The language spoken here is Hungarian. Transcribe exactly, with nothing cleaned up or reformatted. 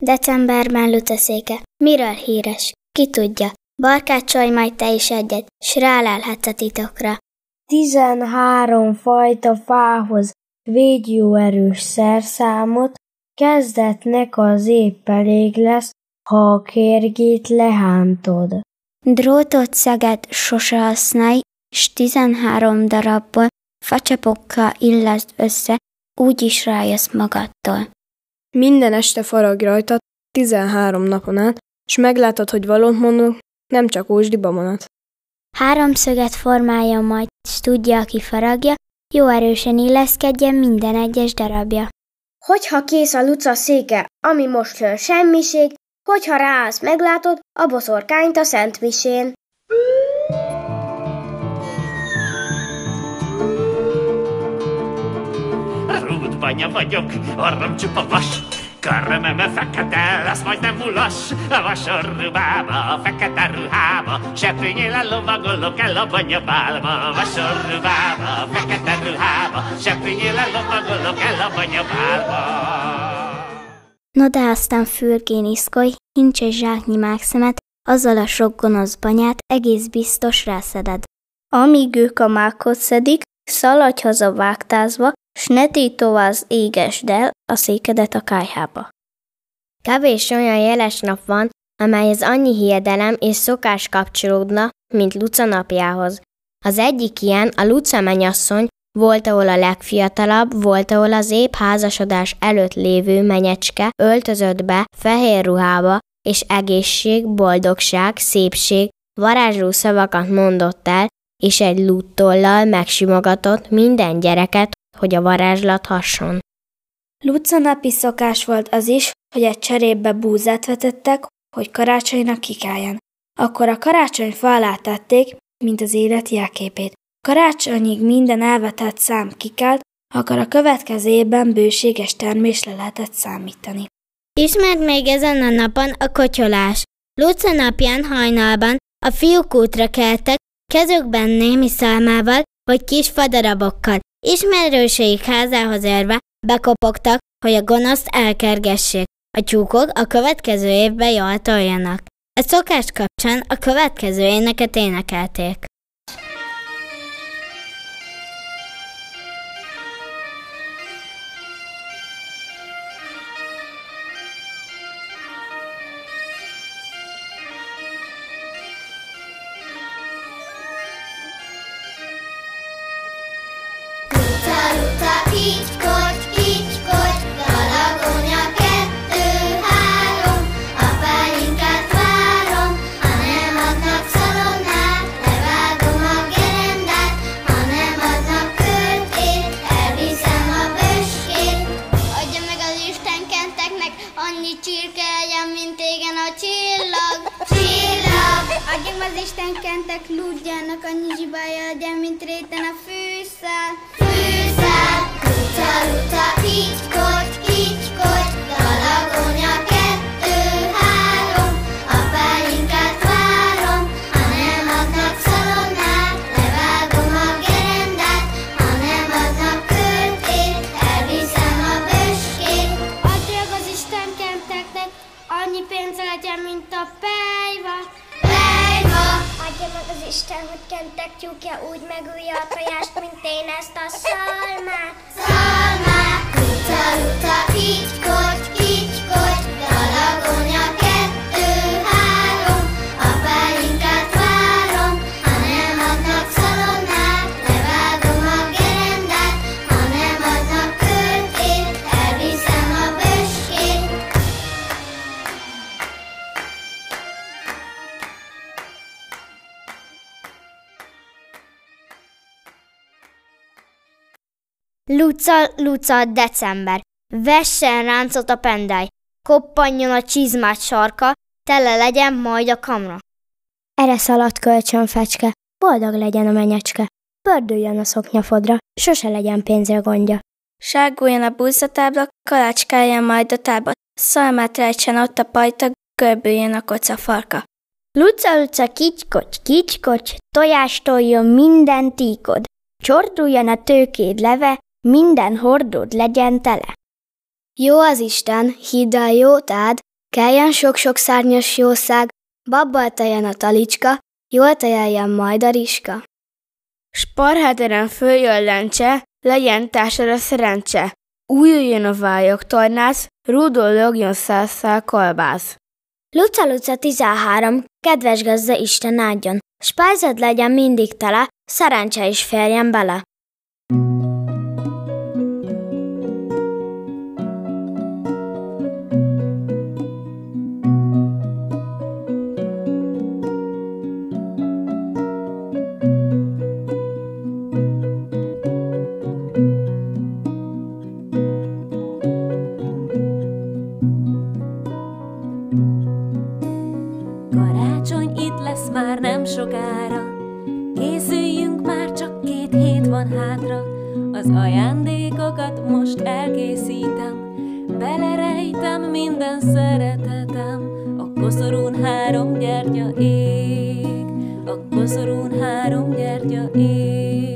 Decemberben Lucaszéke. Miről híres? Ki tudja? Barkácsolj majd te is egyet, s rálelhetsz a titokra. Tizenhárom fajta fához védj jó erős szerszámot, kezdetnek az épp elég lesz, ha a kérgét lehántod. Drótot szöget sose használj, s tizenhárom darabból facsapokkal illeszd össze, úgy is rájössz magadtól. Minden este faragj rajta tizenhárom napon át, s meglátod, hogy valót mondok, nem csak ósdi babonat. Háromszöget formálja majd, s tudja, aki faragja, jó erősen illeszkedjen minden egyes darabja. Hogyha kész a Lucaszéke, ami most jön semmiség, hogyha ráállsz, meglátod a boszorkányt a Szent Misén. Rúdbanya vagyok, orrom csupa vas, körmöme fekete lesz, majd nem mulas. A vasorrubába, a fekete ruhába, seprűnyélen lovagolok el a banyabálba. A vasorrubába, a fekete ruhába, seprűnyélen lovagolok el a banyabálba. No de aztán fürgén iszkolj, hincses zsáknyi mágszemet, azzal a sok gonosz banyát egész biztos rászeded. Amíg ők a mákot szedik, szaladj haza vágtázva, s ne tétovázz, égesd el a székedet a kályhába. Kevés olyan jeles nap van, amelyhez annyi hiedelem és szokás kapcsolódna, mint Luca napjához. Az egyik ilyen a Luca mennyasszony, volt, ahol a legfiatalabb, volt, ahol az épp házasodás előtt lévő menyecske öltözött be fehér ruhába, és egészség, boldogság, szépség, varázsló szavakat mondott el, és egy lúttollal megsimogatott minden gyereket, hogy a varázslat hasson. Luca napi szokás volt az is, hogy egy cserépbe búzát vetettek, hogy karácsonyra kikáljon. Akkor a karácsonyfa alá tették, mint az élet jelképét. Karácsonyig minden elvetett szám kikált, akkor a következő évben bőséges termésre lehetett számítani. Ismert még ezen a napon a kotyolás. Luca napján hajnalban a fiúk útra keltek, kezükben némi szalmával vagy kis fadarabokkal. Ismerőseik házához érve bekopogtak, hogy a gonoszt elkergessék. A tyúkok a következő évben jól toljanak. A szokás kapcsán a következő éneket énekelték. Kicskot, kicskot, galagonya kettő, három, a pálinkát várom, ha nem adnak szalonnát, levágom a gerendát, ha nem adnak körtét, elviszem a böskét. Adja meg az Isten kenteknek, annyi csirke legyen, mint égen a csillag. Csillag! Adja meg az Isten kentek, lúdjának, annyi zsibája legyen, mint réten a fűszál. Fűszál! Luca, luca, kicskot, kicskot, galagonya kettő, három, a pálinkát várom, ha nem adnak szalonnát, levágom a gerendát, ha nem adnak körtét, elviszem a böskét. Adja az Isten kenteknek, annyi pénze legyen, mint a pejva. Pejva! Adja meg az Isten, hogy kentek tyúkja úgy megülje a tojást, mint én ezt a szalmát. Szalmát! Luca, luca, kicskot, kicskot, galagonya kettő, három, a pálinkát várom, ha nem adnak szalonnát, levágom a gerendát, ha nem adnak körtét, elviszem a böskét. Luca, Luca, december. Vessen ráncot a pendály, koppanjon a csizmát sarka, tele legyen majd a kamra. Erre szaladt kölcsönfecske, boldog legyen a menyecske, pördüljön a szoknyafodra, sose legyen pénzre gondja. Sárguljon a búzatábla, kalácskáljon majd a tábla, szalmát rejtsen ott a pajta, görbüljön a koca farka. Luca, luca, kicskocs, kicskocs, tojást toljon minden tíkod, csorduljon a tőkéd leve, minden hordód legyen tele. Jó az Isten, hidd el jót áld, Keljen sok-sok szárnyas jószág, babbal teljen a talicska, jól tejeljen majd a riska. S parháteren följön lencse, legyen társad a szerencse. Újuljon a vályok tornász, rúdul logjon száz szál kolbász. Luca, Luca tizenhárom, kedves gazda Isten áldjon, s pajzad legyen mindig tele, szerencse is férjen bele. Karácsony itt lesz már nem sokára, készüljünk már, csak két hét van hátra. Az ajándékokat most elkészítem, belerejtem minden szeretetem. A koszorún három gyertya ég, a koszorún három gyertya ég.